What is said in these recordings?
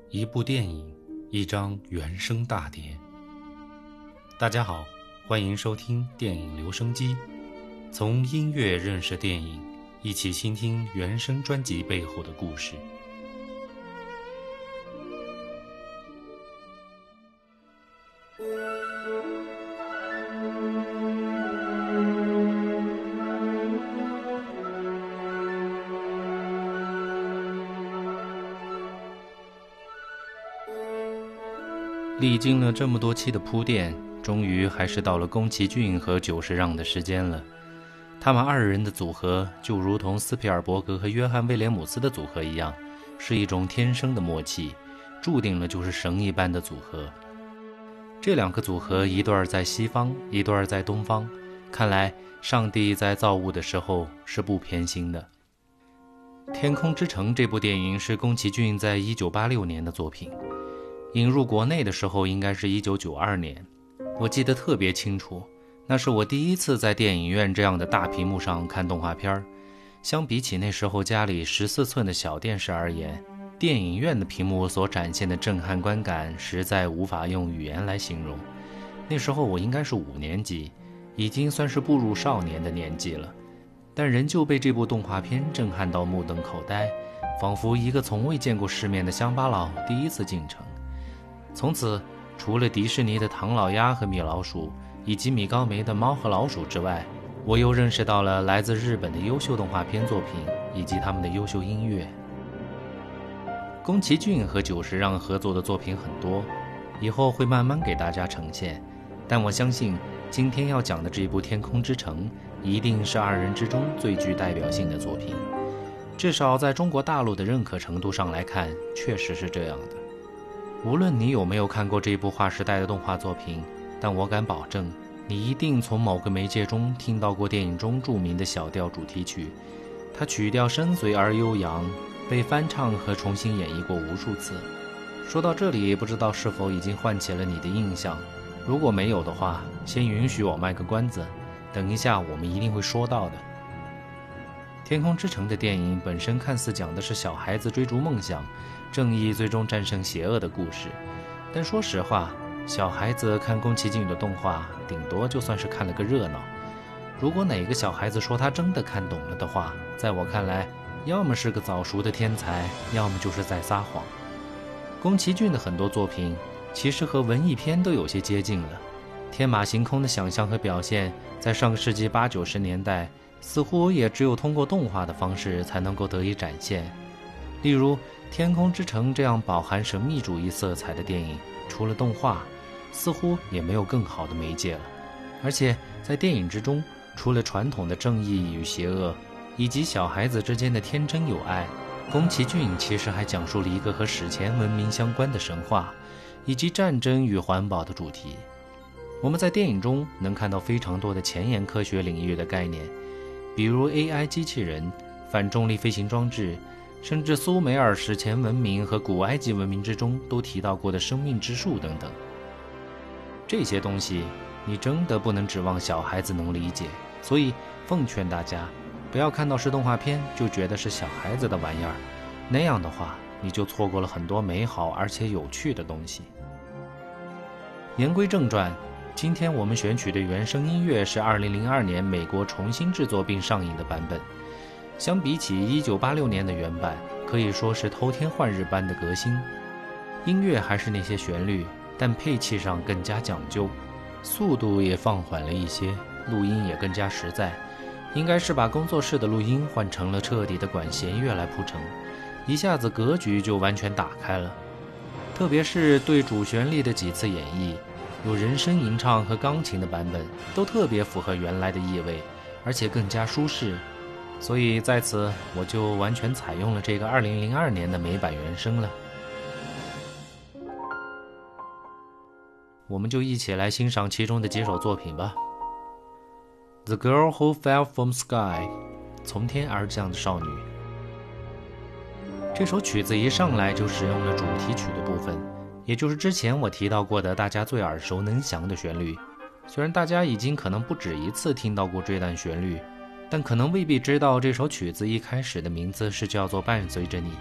一部电影，一张原声大碟。大家好，欢迎收听电影留声机，从音乐认识电影，一起倾听原声专辑背后的故事。历经了这么多期的铺垫，终于还是到了宫崎骏和久石让的时间了。他们二人的组合就如同斯皮尔伯格和约翰威廉姆斯的组合一样，是一种天生的默契，注定了就是神一般的组合。这两个组合，一对在西方，一对在东方，看来上帝在造物的时候是不偏心的。天空之城这部电影是宫崎骏在1986年的作品，引入国内的时候应该是1992年，我记得特别清楚，那是我第一次在电影院这样的大屏幕上看动画片。相比起那时候家里14寸的小电视而言，电影院的屏幕所展现的震撼观感实在无法用语言来形容。那时候我应该是5年级，已经算是步入少年的年纪了，但仍旧被这部动画片震撼到目瞪口呆，仿佛一个从未见过世面的乡巴佬第一次进城。从此，除了迪士尼的唐老鸭和米老鼠，以及米高梅的猫和老鼠之外，我又认识到了来自日本的优秀动画片作品，以及他们的优秀音乐。宫崎骏和久石让合作的作品很多，以后会慢慢给大家呈现，但我相信今天要讲的这部《天空之城》一定是二人之中最具代表性的作品，至少在中国大陆的认可程度上来看，确实是这样的。无论你有没有看过这部划时代的动画作品，但我敢保证，你一定从某个媒介中听到过电影中著名的小调主题曲。它曲调深邃而悠扬，被翻唱和重新演绎过无数次。说到这里，不知道是否已经唤起了你的印象？如果没有的话，先允许我卖个关子，等一下我们一定会说到的。天空之城的电影本身看似讲的是小孩子追逐梦想，正义最终战胜邪恶的故事，但说实话，小孩子看宫崎骏的动画，顶多就算是看了个热闹。如果哪个小孩子说他真的看懂了的话，在我看来，要么是个早熟的天才，要么就是在撒谎。宫崎骏的很多作品其实和文艺片都有些接近了，天马行空的想象和表现，在上个世纪80、90年代似乎也只有通过动画的方式才能够得以展现。例如《天空之城》这样饱含神秘主义色彩的电影，除了动画，似乎也没有更好的媒介了。而且在电影之中，除了传统的正义与邪恶，以及小孩子之间的天真有爱，宫崎骏其实还讲述了一个和史前文明相关的神话，以及战争与环保的主题。我们在电影中能看到非常多的前沿科学领域的概念，比如 AI 机器人、反重力飞行装置，甚至苏美尔史前文明和古埃及文明之中都提到过的生命之树等等。这些东西你真的不能指望小孩子能理解，所以奉劝大家不要看到是动画片就觉得是小孩子的玩意儿，那样的话你就错过了很多美好而且有趣的东西。言归正传，今天我们选取的原声音乐是2002年美国重新制作并上映的版本。相比起1986年的原版，可以说是偷天换日般的革新。音乐还是那些旋律，但配器上更加讲究，速度也放缓了一些，录音也更加实在，应该是把工作室的录音换成了彻底的管弦乐来铺陈，一下子格局就完全打开了。特别是对主旋律的几次演绎，有人声吟唱和钢琴的版本，都特别符合原来的意味，而且更加舒适。所以在此我就完全采用了这个2002年的美版原声了。我们就一起来欣赏其中的几首作品吧。 The Girl Who Fell from Sky， 从天而降的少女。这首曲子一上来就使用了主题曲的部分，也就是之前我提到过的大家最耳熟能详的旋律。虽然大家已经可能不止一次听到过这段旋律，但可能未必知道这首曲子一开始的名字是叫做伴随着你，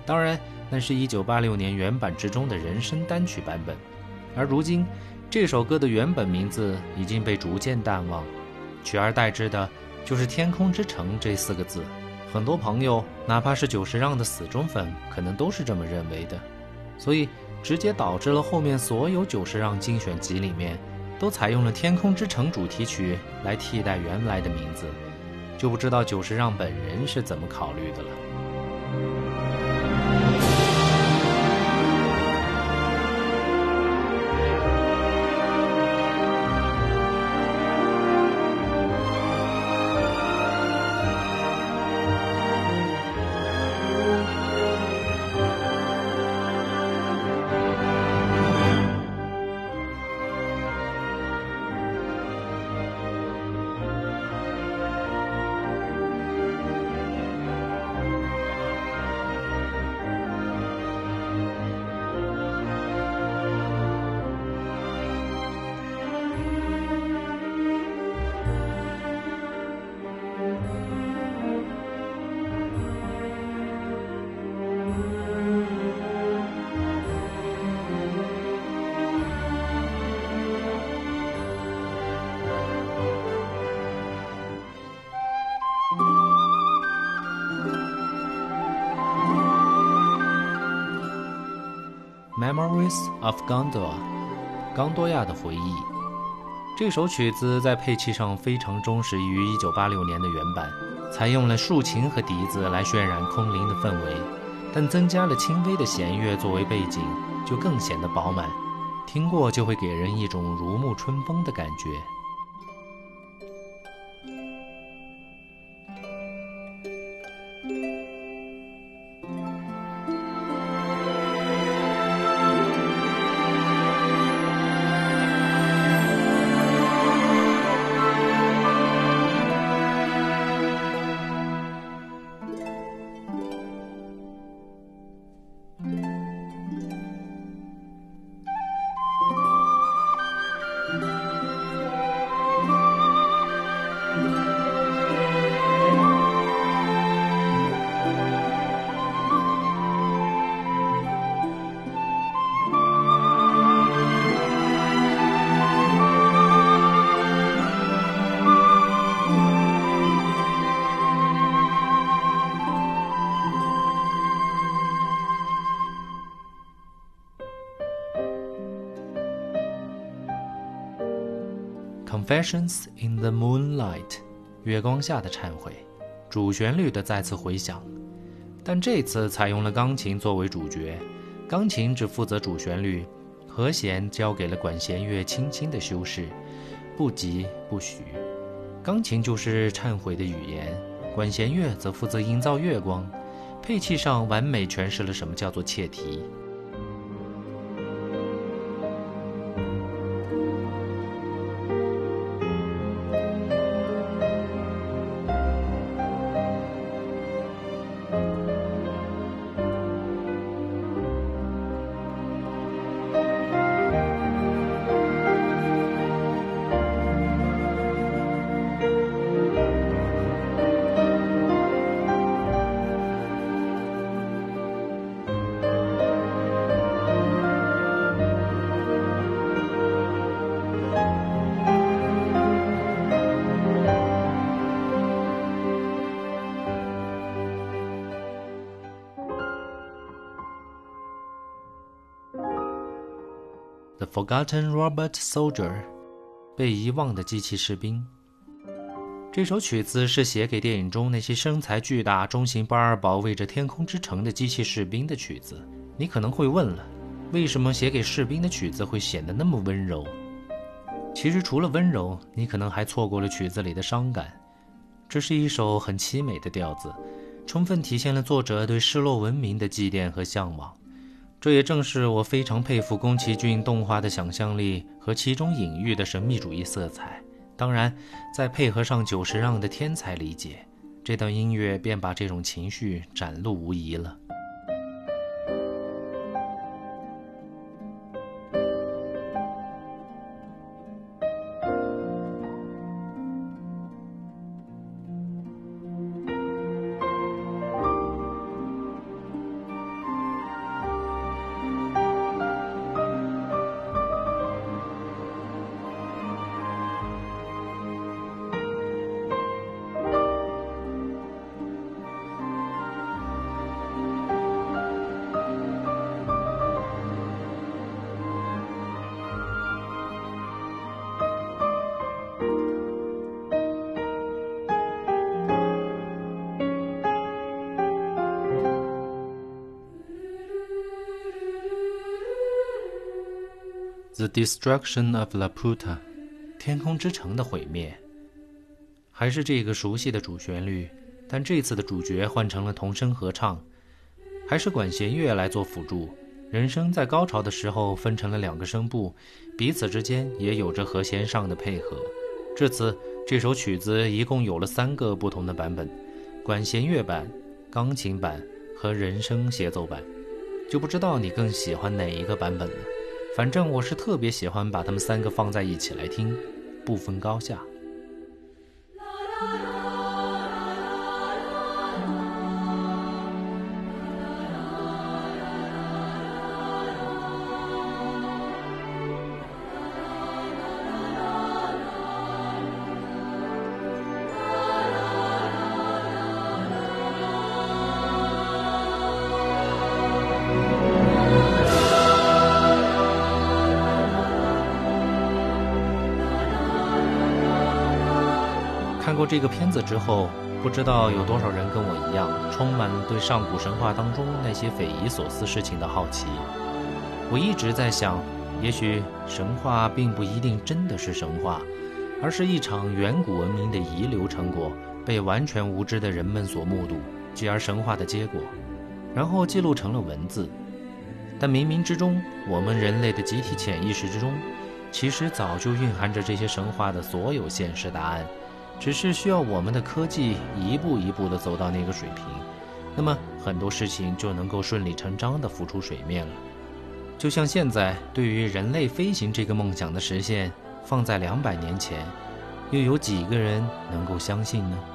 当然，那是1986年原版之中的人声单曲版本，而如今这首歌的原本名字已经被逐渐淡忘，取而代之的就是天空之城这4个字。很多朋友哪怕是久石让的死忠粉可能都是这么认为的，所以直接导致了后面所有久石让精选集里面都采用了天空之城主题曲来替代原来的名字，就不知道久石让本人是怎么考虑的了。Memories of Gondor， 冈多亚的回忆。这首曲子在配器上非常忠实于1986年的原版，采用了竖琴和笛子来渲染空灵的氛围，但增加了轻微的弦乐作为背景，就更显得饱满，听过就会给人一种如沐春风的感觉。Confessions in the Moonlight， 月光下的忏悔，主旋律的再次回响，但这次采用了钢琴作为主角，钢琴只负责主旋律，和弦交给了管弦乐轻轻的修饰，不急不徐。钢琴就是忏悔的语言，管弦乐则负责营造月光，配器上完美诠释了什么叫做切题。The Forgotten Robot Soldier， 被遗忘的机器士兵。这首曲子是写给电影中那些身材巨大、忠心不二保卫着天空之城的机器士兵的曲子。你可能会问了，为什么写给士兵的曲子会显得那么温柔？其实除了温柔，你可能还错过了曲子里的伤感。这是一首很凄美的调子，充分体现了作者对失落文明的祭奠和向往。这也正是我非常佩服宫崎骏动画的想象力和其中隐喻的神秘主义色彩。当然，再配合上久石让的天才理解，这段音乐便把这种情绪展露无遗了。 The Destruction of Laputa， 天空之城的毁灭。还是这个熟悉的主旋律，但这次的主角换成了童声合唱，还是管弦乐来做辅助。人声在高潮的时候分成了2个声部，彼此之间也有着和弦上的配合。这次这首曲子一共有了3个不同的版本，管弦乐版、钢琴版和人声协奏版，就不知道你更喜欢哪一个版本了。反正我是特别喜欢把它们3个放在一起来听，不分高下。看过这个片子之后，不知道有多少人跟我一样，充满了对上古神话当中那些匪夷所思事情的好奇。我一直在想，也许神话并不一定真的是神话，而是一场远古文明的遗留成果，被完全无知的人们所目睹，继而神话的结果，然后记录成了文字。但冥冥之中，我们人类的集体潜意识之中，其实早就蕴含着这些神话的所有现实答案，只是需要我们的科技一步一步地走到那个水平，那么很多事情就能够顺理成章地浮出水面了。就像现在对于人类飞行这个梦想的实现，放在200年前，又有几个人能够相信呢？